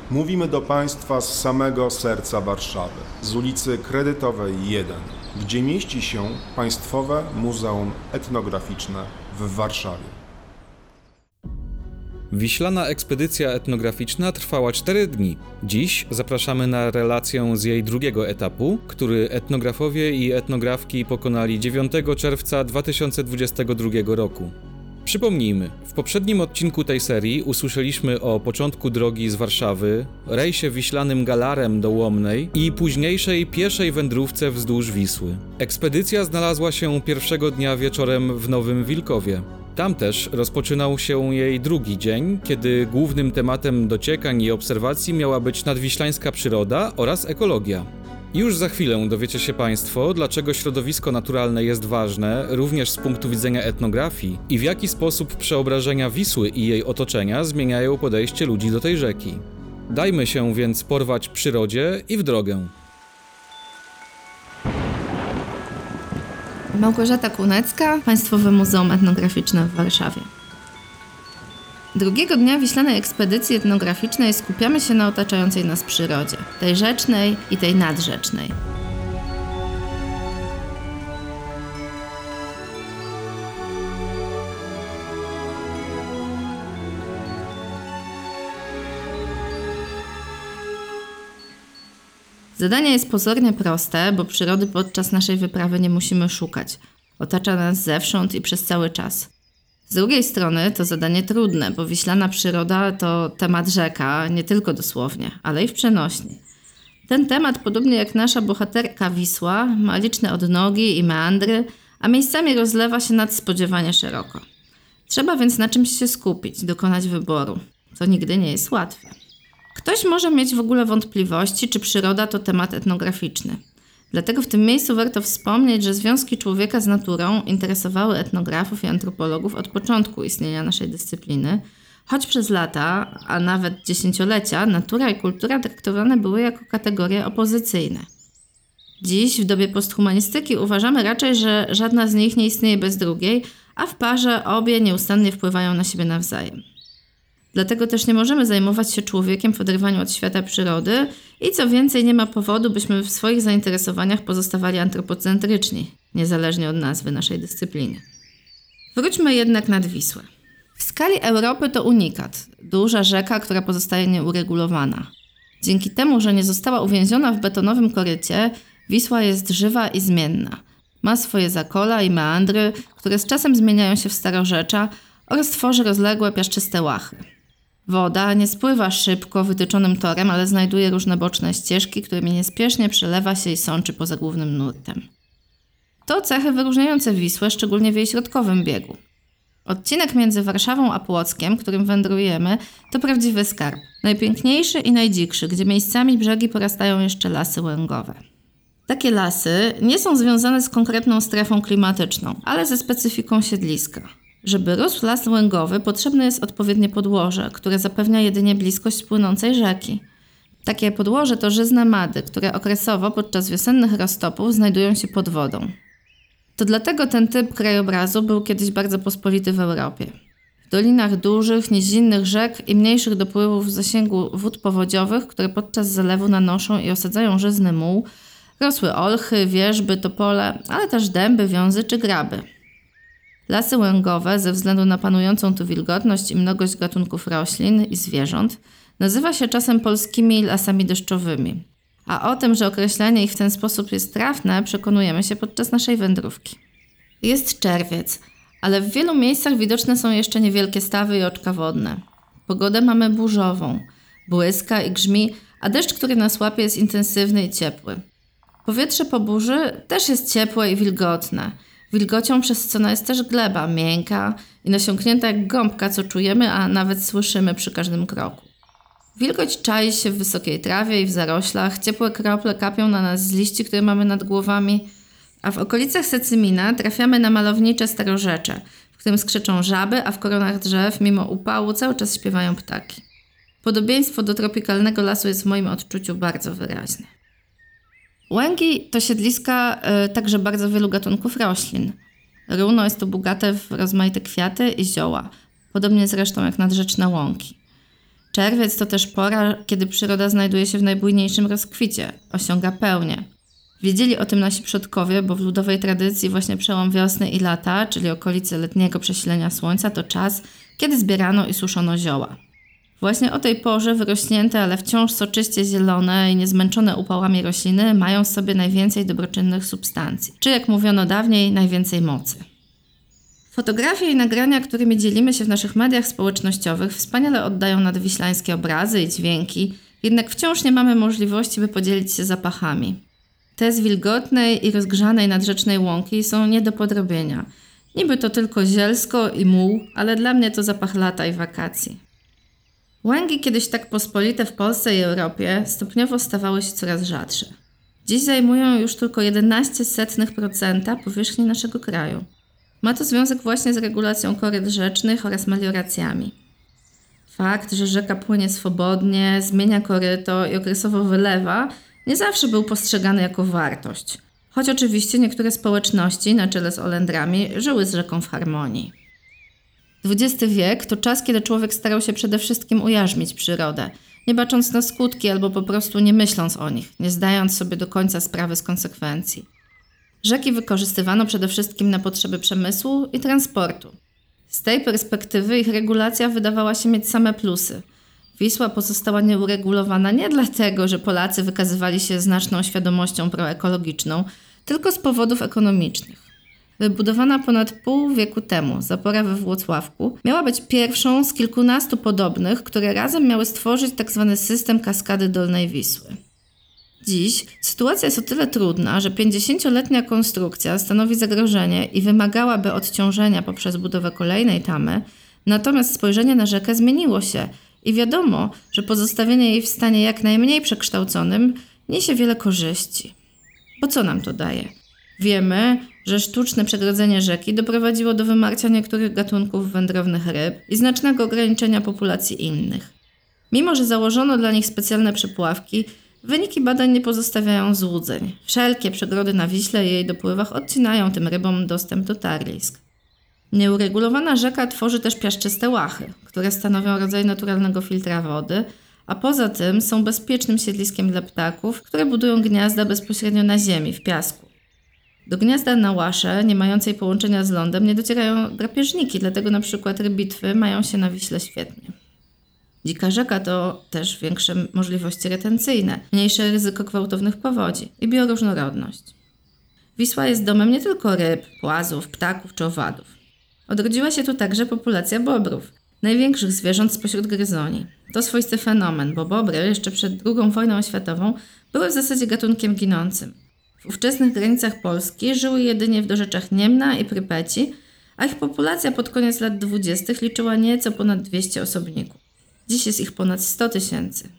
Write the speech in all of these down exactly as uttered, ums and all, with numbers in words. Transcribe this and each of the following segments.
Mówimy do Państwa z samego serca Warszawy, z ulicy Kredytowej jeden, gdzie mieści się Państwowe Muzeum Etnograficzne w Warszawie. Wiślana ekspedycja etnograficzna trwała cztery dni. Dziś zapraszamy na relację z jej drugiego etapu, który etnografowie i etnografki pokonali dziewiątego czerwca dwa tysiące dwudziestego drugiego roku. Przypomnijmy, w poprzednim odcinku tej serii usłyszeliśmy o początku drogi z Warszawy, rejsie wiślanym galarem do Łomnej i późniejszej pieszej wędrówce wzdłuż Wisły. Ekspedycja znalazła się pierwszego dnia wieczorem w Nowym Wilkowie. Tam też rozpoczynał się jej drugi dzień, kiedy głównym tematem dociekań i obserwacji miała być nadwiślańska przyroda oraz ekologia. Już za chwilę dowiecie się Państwo, dlaczego środowisko naturalne jest ważne, również z punktu widzenia etnografii i w jaki sposób przeobrażenia Wisły i jej otoczenia zmieniają podejście ludzi do tej rzeki. Dajmy się więc porwać przyrodzie i w drogę. Małgorzata Kunecka, Państwowe Muzeum Etnograficzne w Warszawie. Drugiego dnia wiślanej ekspedycji etnograficznej skupiamy się na otaczającej nas przyrodzie, tej rzecznej i tej nadrzecznej. Zadanie jest pozornie proste, bo przyrody podczas naszej wyprawy nie musimy szukać. Otacza nas zewsząd i przez cały czas. Z drugiej strony to zadanie trudne, bo wiślana przyroda to temat rzeka, nie tylko dosłownie, ale i w przenośni. Ten temat, podobnie jak nasza bohaterka Wisła, ma liczne odnogi i meandry, a miejscami rozlewa się nadspodziewanie szeroko. Trzeba więc na czymś się skupić, dokonać wyboru. To nigdy nie jest łatwe. Ktoś może mieć w ogóle wątpliwości, czy przyroda to temat etnograficzny. Dlatego w tym miejscu warto wspomnieć, że związki człowieka z naturą interesowały etnografów i antropologów od początku istnienia naszej dyscypliny, choć przez lata, a nawet dziesięciolecia, natura i kultura traktowane były jako kategorie opozycyjne. Dziś, w dobie posthumanistyki, uważamy raczej, że żadna z nich nie istnieje bez drugiej, a w parze obie nieustannie wpływają na siebie nawzajem. Dlatego też nie możemy zajmować się człowiekiem w oderwaniu od świata przyrody i co więcej nie ma powodu, byśmy w swoich zainteresowaniach pozostawali antropocentryczni, niezależnie od nazwy naszej dyscypliny. Wróćmy jednak nad Wisłę. W skali Europy to unikat, duża rzeka, która pozostaje nieuregulowana. Dzięki temu, że nie została uwięziona w betonowym korycie, Wisła jest żywa i zmienna. Ma swoje zakola i meandry, które z czasem zmieniają się w starorzecza oraz tworzy rozległe, piaszczyste łachy. Woda nie spływa szybko, wytyczonym torem, ale znajduje różne boczne ścieżki, którymi niespiesznie przelewa się i sączy poza głównym nurtem. To cechy wyróżniające Wisłę, szczególnie w jej środkowym biegu. Odcinek między Warszawą a Płockiem, którym wędrujemy, to prawdziwy skarb. Najpiękniejszy i najdzikszy, gdzie miejscami brzegi porastają jeszcze lasy łęgowe. Takie lasy nie są związane z konkretną strefą klimatyczną, ale ze specyfiką siedliska. Żeby rósł las łęgowy, potrzebne jest odpowiednie podłoże, które zapewnia jedynie bliskość płynącej rzeki. Takie podłoże to żyzne mady, które okresowo podczas wiosennych roztopów znajdują się pod wodą. To dlatego ten typ krajobrazu był kiedyś bardzo pospolity w Europie. W dolinach dużych, nizinnych rzek i mniejszych dopływów w zasięgu wód powodziowych, które podczas zalewu nanoszą i osadzają żyzny muł, rosły olchy, wierzby, topole, ale też dęby, wiązy czy graby. Lasy łęgowe, ze względu na panującą tu wilgotność i mnogość gatunków roślin i zwierząt, nazywa się czasem polskimi lasami deszczowymi. A o tym, że określenie ich w ten sposób jest trafne, przekonujemy się podczas naszej wędrówki. Jest czerwiec, ale w wielu miejscach widoczne są jeszcze niewielkie stawy i oczka wodne. Pogodę mamy burzową, błyska i grzmi, a deszcz, który nas łapie, jest intensywny i ciepły. Powietrze po burzy też jest ciepłe i wilgotne. Wilgocią przesycona jest też gleba, miękka i nasiąknięta jak gąbka, co czujemy, a nawet słyszymy przy każdym kroku. Wilgoć czai się w wysokiej trawie i w zaroślach, ciepłe krople kapią na nas z liści, które mamy nad głowami, a w okolicach Secymina trafiamy na malownicze starorzecze, w którym skrzeczą żaby, a w koronach drzew mimo upału cały czas śpiewają ptaki. Podobieństwo do tropikalnego lasu jest w moim odczuciu bardzo wyraźne. Łęgi to siedliska y, także bardzo wielu gatunków roślin. Runo jest tu bogate w rozmaite kwiaty i zioła, podobnie zresztą jak nadrzeczne łąki. Czerwiec to też pora, kiedy przyroda znajduje się w najbujniejszym rozkwicie, osiąga pełnię. Wiedzieli o tym nasi przodkowie, bo w ludowej tradycji właśnie przełom wiosny i lata, czyli okolice letniego przesilenia słońca, to czas, kiedy zbierano i suszono zioła. Właśnie o tej porze wyrośnięte, ale wciąż soczyście zielone i niezmęczone upałami rośliny mają w sobie najwięcej dobroczynnych substancji, czy jak mówiono dawniej, najwięcej mocy. Fotografie i nagrania, którymi dzielimy się w naszych mediach społecznościowych, wspaniale oddają nadwiślańskie obrazy i dźwięki, jednak wciąż nie mamy możliwości, by podzielić się zapachami. Te z wilgotnej i rozgrzanej nadrzecznej łąki są nie do podrobienia. Niby to tylko zielsko i muł, ale dla mnie to zapach lata i wakacji. Łęgi, kiedyś tak pospolite w Polsce i Europie, stopniowo stawały się coraz rzadsze. Dziś zajmują już tylko jedenaście setnych procenta powierzchni naszego kraju. Ma to związek właśnie z regulacją koryt rzecznych oraz melioracjami. Fakt, że rzeka płynie swobodnie, zmienia koryto i okresowo wylewa, nie zawsze był postrzegany jako wartość. Choć oczywiście niektóre społeczności, na czele z Olendrami, żyły z rzeką w harmonii. dwudziesty wiek to czas, kiedy człowiek starał się przede wszystkim ujarzmić przyrodę, nie bacząc na skutki albo po prostu nie myśląc o nich, nie zdając sobie do końca sprawy z konsekwencji. Rzeki wykorzystywano przede wszystkim na potrzeby przemysłu i transportu. Z tej perspektywy ich regulacja wydawała się mieć same plusy. Wisła pozostała nieuregulowana nie dlatego, że Polacy wykazywali się znaczną świadomością proekologiczną, tylko z powodów ekonomicznych. Wybudowana ponad pół wieku temu zapora we Włocławku miała być pierwszą z kilkunastu podobnych, które razem miały stworzyć tzw. system kaskady Dolnej Wisły. Dziś sytuacja jest o tyle trudna, że pięćdziesięcioletnia konstrukcja stanowi zagrożenie i wymagałaby odciążenia poprzez budowę kolejnej tamy, natomiast spojrzenie na rzekę zmieniło się i wiadomo, że pozostawienie jej w stanie jak najmniej przekształconym niesie wiele korzyści. Bo co nam to daje? Wiemy, że sztuczne przegrodzenie rzeki doprowadziło do wymarcia niektórych gatunków wędrownych ryb i znacznego ograniczenia populacji innych. Mimo że założono dla nich specjalne przepławki, wyniki badań nie pozostawiają złudzeń. Wszelkie przegrody na Wiśle i jej dopływach odcinają tym rybom dostęp do tarlisk. Nieuregulowana rzeka tworzy też piaszczyste łachy, które stanowią rodzaj naturalnego filtra wody, a poza tym są bezpiecznym siedliskiem dla ptaków, które budują gniazda bezpośrednio na ziemi, w piasku. Do gniazda na łasze, nie mającej połączenia z lądem, nie docierają drapieżniki, dlatego na przykład rybitwy mają się na Wiśle świetnie. Dzika rzeka to też większe możliwości retencyjne, mniejsze ryzyko gwałtownych powodzi i bioróżnorodność. Wisła jest domem nie tylko ryb, płazów, ptaków czy owadów. Odrodziła się tu także populacja bobrów, największych zwierząt spośród gryzoni. To swoisty fenomen, bo bobry jeszcze przed drugą wojną światową były w zasadzie gatunkiem ginącym. W ówczesnych granicach Polski żyły jedynie w dorzeczach Niemna i Prypeci, a ich populacja pod koniec lat dwudziestych liczyła nieco ponad dwieście osobników. Dziś jest ich ponad sto tysięcy.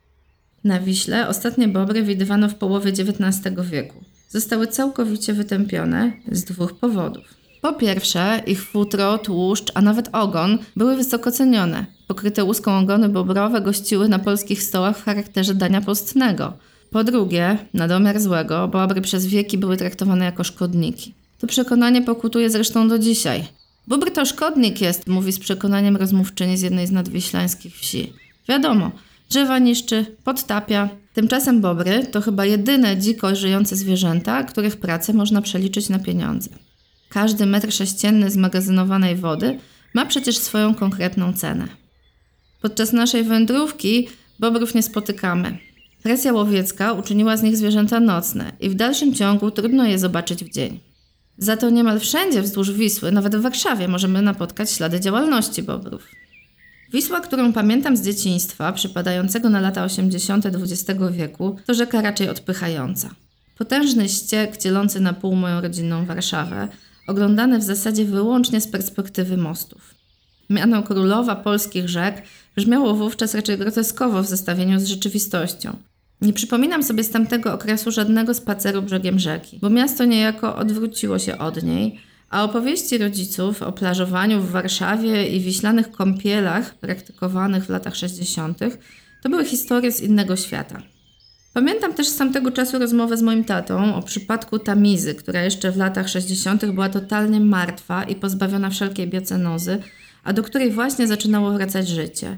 Na Wiśle ostatnie bobry widywano w połowie dziewiętnastego wieku. Zostały całkowicie wytępione z dwóch powodów. Po pierwsze, ich futro, tłuszcz, a nawet ogon były wysoko cenione. Pokryte łuską ogony bobrowe gościły na polskich stołach w charakterze dania postnego. Po drugie, na domiar złego, bobry przez wieki były traktowane jako szkodniki. To przekonanie pokutuje zresztą do dzisiaj. Bóbr to szkodnik jest, mówi z przekonaniem rozmówczyni z jednej z nadwiślańskich wsi. Wiadomo, drzewa niszczy, podtapia. Tymczasem bobry to chyba jedyne dziko żyjące zwierzęta, których pracę można przeliczyć na pieniądze. Każdy metr sześcienny zmagazynowanej wody ma przecież swoją konkretną cenę. Podczas naszej wędrówki bobrów nie spotykamy. Presja łowiecka uczyniła z nich zwierzęta nocne i w dalszym ciągu trudno je zobaczyć w dzień. Za to niemal wszędzie wzdłuż Wisły, nawet w Warszawie, możemy napotkać ślady działalności bobrów. Wisła, którą pamiętam z dzieciństwa, przypadającego na lata osiemdziesiąte dwudziestego wieku, to rzeka raczej odpychająca. Potężny ściek dzielący na pół moją rodzinną Warszawę, oglądany w zasadzie wyłącznie z perspektywy mostów. Miano królowa polskich rzek brzmiało wówczas raczej groteskowo w zestawieniu z rzeczywistością. Nie przypominam sobie z tamtego okresu żadnego spaceru brzegiem rzeki, bo miasto niejako odwróciło się od niej, a opowieści rodziców o plażowaniu w Warszawie i wiślanych kąpielach praktykowanych w latach sześćdziesiątych to były historie z innego świata. Pamiętam też z tamtego czasu rozmowę z moim tatą o przypadku Tamizy, która jeszcze w latach sześćdziesiątych była totalnie martwa i pozbawiona wszelkiej biocenozy, a do której właśnie zaczynało wracać życie.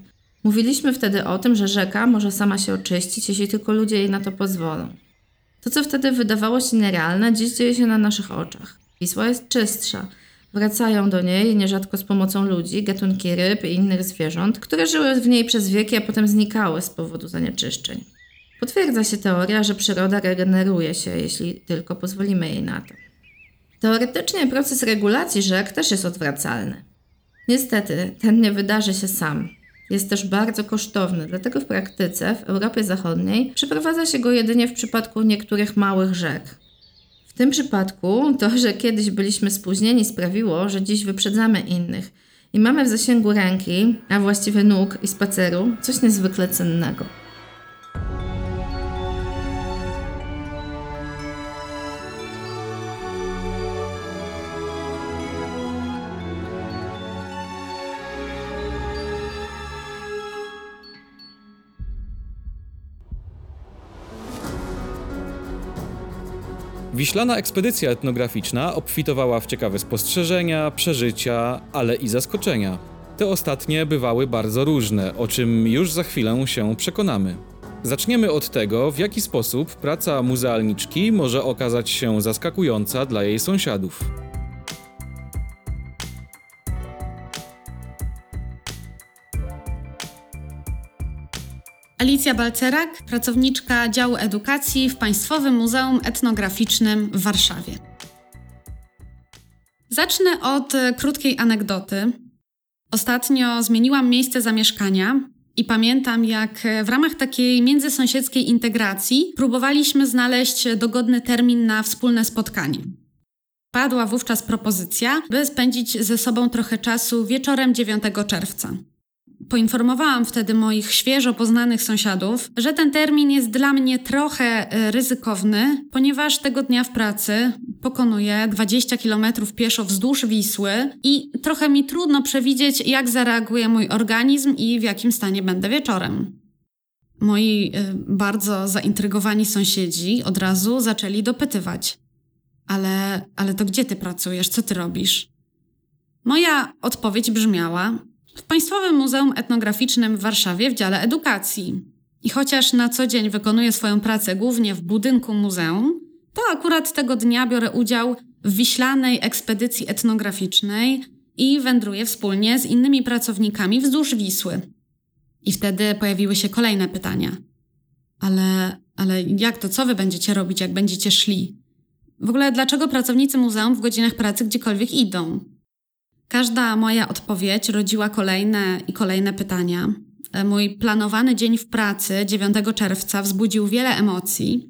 Mówiliśmy wtedy o tym, że rzeka może sama się oczyścić, jeśli tylko ludzie jej na to pozwolą. To, co wtedy wydawało się nierealne, dziś dzieje się na naszych oczach. Wisła jest czystsza. Wracają do niej, nierzadko z pomocą ludzi, gatunki ryb i innych zwierząt, które żyły w niej przez wieki, a potem znikały z powodu zanieczyszczeń. Potwierdza się teoria, że przyroda regeneruje się, jeśli tylko pozwolimy jej na to. Teoretycznie proces regulacji rzek też jest odwracalny. Niestety, ten nie wydarzy się sam. Jest też bardzo kosztowny, dlatego w praktyce w Europie Zachodniej przeprowadza się go jedynie w przypadku niektórych małych rzek. W tym przypadku to, że kiedyś byliśmy spóźnieni, sprawiło, że dziś wyprzedzamy innych i mamy w zasięgu ręki, a właściwie nóg i spaceru, coś niezwykle cennego. Wiślana ekspedycja etnograficzna obfitowała w ciekawe spostrzeżenia, przeżycia, ale i zaskoczenia. Te ostatnie bywały bardzo różne, o czym już za chwilę się przekonamy. Zaczniemy od tego, w jaki sposób praca muzealniczki może okazać się zaskakująca dla jej sąsiadów. Alicja Balcerak, pracowniczka działu edukacji w Państwowym Muzeum Etnograficznym w Warszawie. Zacznę od krótkiej anegdoty. Ostatnio zmieniłam miejsce zamieszkania i pamiętam, jak w ramach takiej międzysąsiedzkiej integracji próbowaliśmy znaleźć dogodny termin na wspólne spotkanie. Padła wówczas propozycja, by spędzić ze sobą trochę czasu wieczorem dziewiątego czerwca. Poinformowałam wtedy moich świeżo poznanych sąsiadów, że ten termin jest dla mnie trochę ryzykowny, ponieważ tego dnia w pracy pokonuję dwadzieścia kilometrów pieszo wzdłuż Wisły i trochę mi trudno przewidzieć, jak zareaguje mój organizm i w jakim stanie będę wieczorem. Moi y, bardzo zaintrygowani sąsiedzi od razu zaczęli dopytywać. Ale, ale to gdzie ty pracujesz? Co ty robisz? Moja odpowiedź brzmiała: w Państwowym Muzeum Etnograficznym w Warszawie w dziale edukacji. I chociaż na co dzień wykonuję swoją pracę głównie w budynku muzeum, to akurat tego dnia biorę udział w wiślanej ekspedycji etnograficznej i wędruję wspólnie z innymi pracownikami wzdłuż Wisły. I wtedy pojawiły się kolejne pytania. Ale, ale jak to, co wy będziecie robić, jak będziecie szli? W ogóle dlaczego pracownicy muzeum w godzinach pracy gdziekolwiek idą? Każda moja odpowiedź rodziła kolejne i kolejne pytania. Mój planowany dzień w pracy dziewiątego czerwca wzbudził wiele emocji.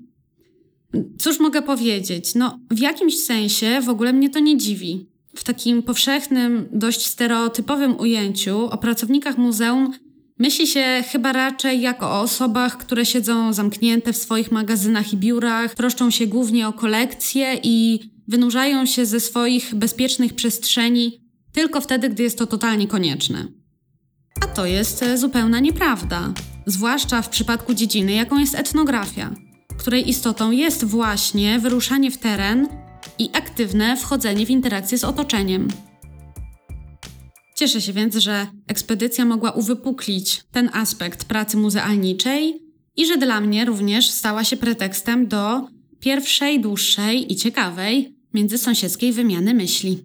Cóż mogę powiedzieć? No, w jakimś sensie w ogóle mnie to nie dziwi. W takim powszechnym, dość stereotypowym ujęciu o pracownikach muzeum myśli się chyba raczej jak o osobach, które siedzą zamknięte w swoich magazynach i biurach, troszczą się głównie o kolekcje i wynurzają się ze swoich bezpiecznych przestrzeni tylko wtedy, gdy jest to totalnie konieczne. A to jest zupełna nieprawda, zwłaszcza w przypadku dziedziny, jaką jest etnografia, której istotą jest właśnie wyruszanie w teren i aktywne wchodzenie w interakcję z otoczeniem. Cieszę się więc, że ekspedycja mogła uwypuklić ten aspekt pracy muzealniczej i że dla mnie również stała się pretekstem do pierwszej, dłuższej i ciekawej międzysąsiedzkiej wymiany myśli.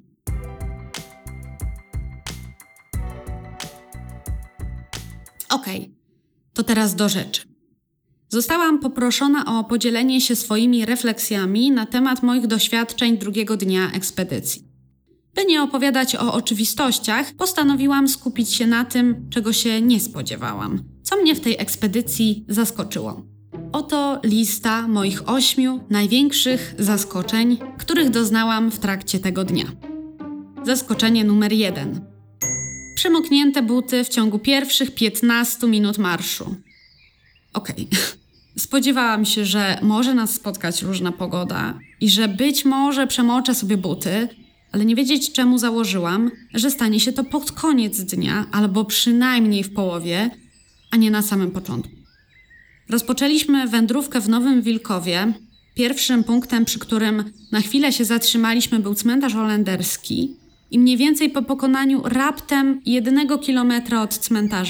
Okej, okay, to teraz do rzeczy. Zostałam poproszona o podzielenie się swoimi refleksjami na temat moich doświadczeń drugiego dnia ekspedycji. By nie opowiadać o oczywistościach, postanowiłam skupić się na tym, czego się nie spodziewałam, co mnie w tej ekspedycji zaskoczyło. Oto lista moich ośmiu największych zaskoczeń, których doznałam w trakcie tego dnia. Zaskoczenie numer jeden. Przemoknięte buty w ciągu pierwszych piętnastu minut marszu. Okej. Okay. Spodziewałam się, że może nas spotkać różna pogoda i że być może przemoczę sobie buty, ale nie wiedzieć czemu założyłam, że stanie się to pod koniec dnia albo przynajmniej w połowie, a nie na samym początku. Rozpoczęliśmy wędrówkę w Nowym Wilkowie. Pierwszym punktem, przy którym na chwilę się zatrzymaliśmy, był cmentarz holenderski i mniej więcej po pokonaniu raptem jednego kilometra od cmentarza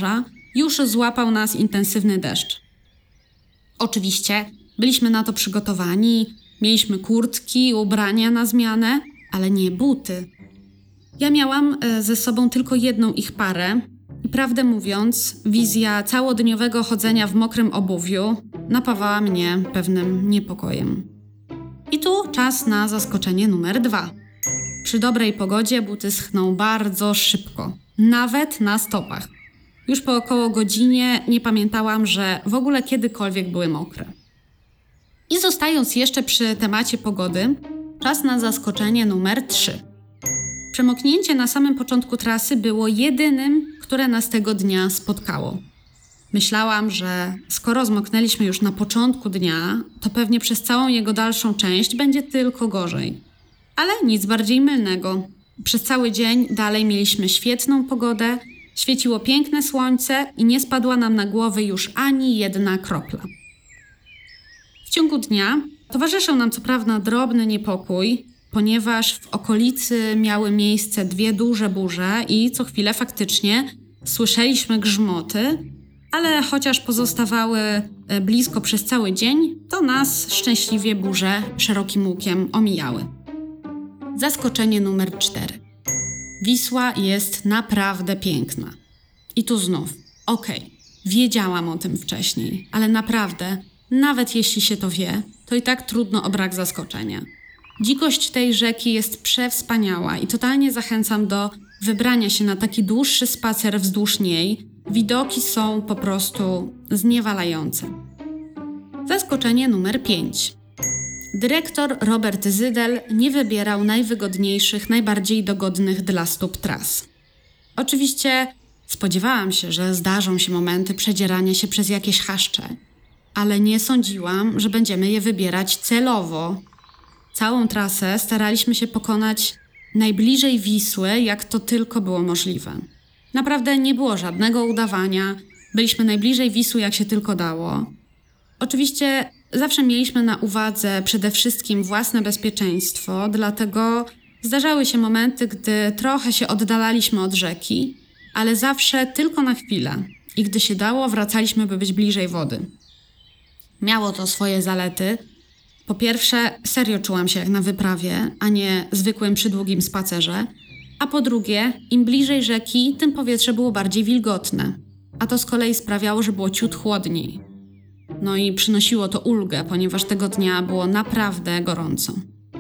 już złapał nas intensywny deszcz. Oczywiście byliśmy na to przygotowani, mieliśmy kurtki, ubrania na zmianę, ale nie buty. Ja miałam ze sobą tylko jedną ich parę i prawdę mówiąc, wizja całodniowego chodzenia w mokrym obuwiu napawała mnie pewnym niepokojem. I tu czas na zaskoczenie numer dwa. Przy dobrej pogodzie buty schną bardzo szybko, nawet na stopach. Już po około godzinie nie pamiętałam, że w ogóle kiedykolwiek były mokre. I zostając jeszcze przy temacie pogody, czas na zaskoczenie numer trzy. Przemoknięcie na samym początku trasy było jedynym, które nas tego dnia spotkało. Myślałam, że skoro zmoknęliśmy już na początku dnia, to pewnie przez całą jego dalszą część będzie tylko gorzej. Ale nic bardziej mylnego. Przez cały dzień dalej mieliśmy świetną pogodę, świeciło piękne słońce i nie spadła nam na głowy już ani jedna kropla. W ciągu dnia towarzyszył nam co prawda drobny niepokój, ponieważ w okolicy miały miejsce dwie duże burze i co chwilę faktycznie słyszeliśmy grzmoty, ale chociaż pozostawały blisko przez cały dzień, to nas szczęśliwie burze szerokim łukiem omijały. Zaskoczenie numer cztery. Wisła jest naprawdę piękna. I tu znów, okej, okay, wiedziałam o tym wcześniej, ale naprawdę, nawet jeśli się to wie, to i tak trudno o brak zaskoczenia. Dzikość tej rzeki jest przewspaniała i totalnie zachęcam do wybrania się na taki dłuższy spacer wzdłuż niej. Widoki są po prostu zniewalające. Zaskoczenie numer pięć. Dyrektor Robert Zydel nie wybierał najwygodniejszych, najbardziej dogodnych dla stóp tras. Oczywiście spodziewałam się, że zdarzą się momenty przedzierania się przez jakieś chaszcze, ale nie sądziłam, że będziemy je wybierać celowo. Całą trasę staraliśmy się pokonać najbliżej Wisły, jak to tylko było możliwe. Naprawdę nie było żadnego udawania, byliśmy najbliżej Wisły, jak się tylko dało. Oczywiście zawsze mieliśmy na uwadze przede wszystkim własne bezpieczeństwo, dlatego zdarzały się momenty, gdy trochę się oddalaliśmy od rzeki, ale zawsze tylko na chwilę i gdy się dało, wracaliśmy, by być bliżej wody. Miało to swoje zalety. Po pierwsze, serio czułam się jak na wyprawie, a nie zwykłym przydługim spacerze, a po drugie, im bliżej rzeki, tym powietrze było bardziej wilgotne, a to z kolei sprawiało, że było ciut chłodniej. No i przynosiło to ulgę, ponieważ tego dnia było naprawdę gorąco.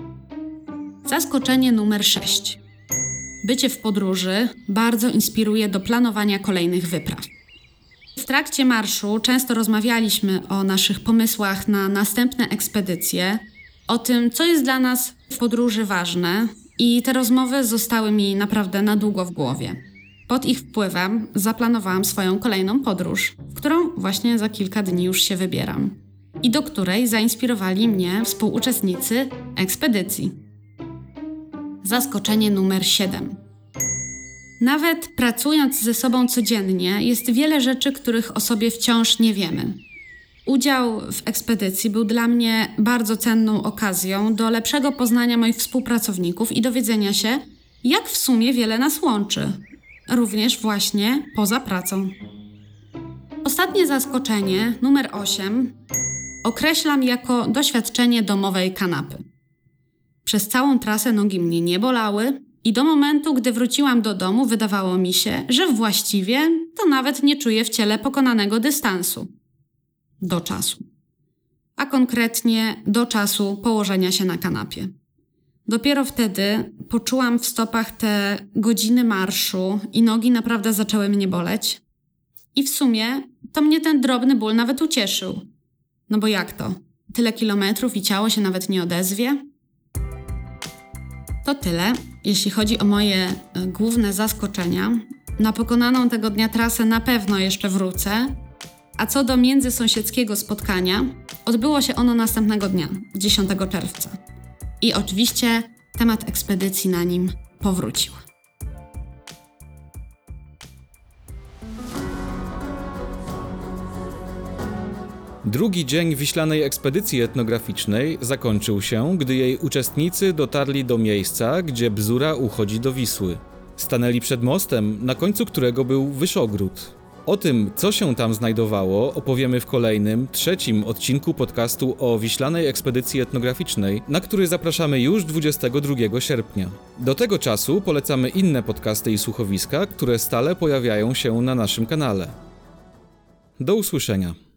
Zaskoczenie numer sześć. Bycie w podróży bardzo inspiruje do planowania kolejnych wypraw. W trakcie marszu często rozmawialiśmy o naszych pomysłach na następne ekspedycje, o tym, co jest dla nas w podróży ważne i te rozmowy zostały mi naprawdę na długo w głowie. Pod ich wpływem zaplanowałam swoją kolejną podróż, w którą właśnie za kilka dni już się wybieram i do której zainspirowali mnie współuczestnicy ekspedycji. Zaskoczenie numer siedem. Nawet pracując ze sobą codziennie, jest wiele rzeczy, których o sobie wciąż nie wiemy. Udział w ekspedycji był dla mnie bardzo cenną okazją do lepszego poznania moich współpracowników i dowiedzenia się, jak w sumie wiele nas łączy, również właśnie poza pracą. Ostatnie zaskoczenie, numer osiem, określam jako doświadczenie domowej kanapy. Przez całą trasę nogi mnie nie bolały i do momentu, gdy wróciłam do domu, wydawało mi się, że właściwie to nawet nie czuję w ciele pokonanego dystansu. Do czasu. A konkretnie do czasu położenia się na kanapie. Dopiero wtedy poczułam w stopach te godziny marszu i nogi naprawdę zaczęły mnie boleć. I w sumie to mnie ten drobny ból nawet ucieszył. No bo jak to? Tyle kilometrów i ciało się nawet nie odezwie? To tyle, jeśli chodzi o moje główne zaskoczenia. Na pokonaną tego dnia trasę na pewno jeszcze wrócę. A co do międzysąsiedzkiego spotkania, odbyło się ono następnego dnia, dziesiątego czerwca. I oczywiście temat ekspedycji na nim powrócił. Drugi dzień wiślanej ekspedycji etnograficznej zakończył się, gdy jej uczestnicy dotarli do miejsca, gdzie Bzura uchodzi do Wisły. Stanęli przed mostem, na końcu którego był Wyszogród. O tym, co się tam znajdowało, opowiemy w kolejnym, trzecim odcinku podcastu o Wiślanej Ekspedycji Etnograficznej, na który zapraszamy już dwudziestego drugiego sierpnia. Do tego czasu polecamy inne podcasty i słuchowiska, które stale pojawiają się na naszym kanale. Do usłyszenia.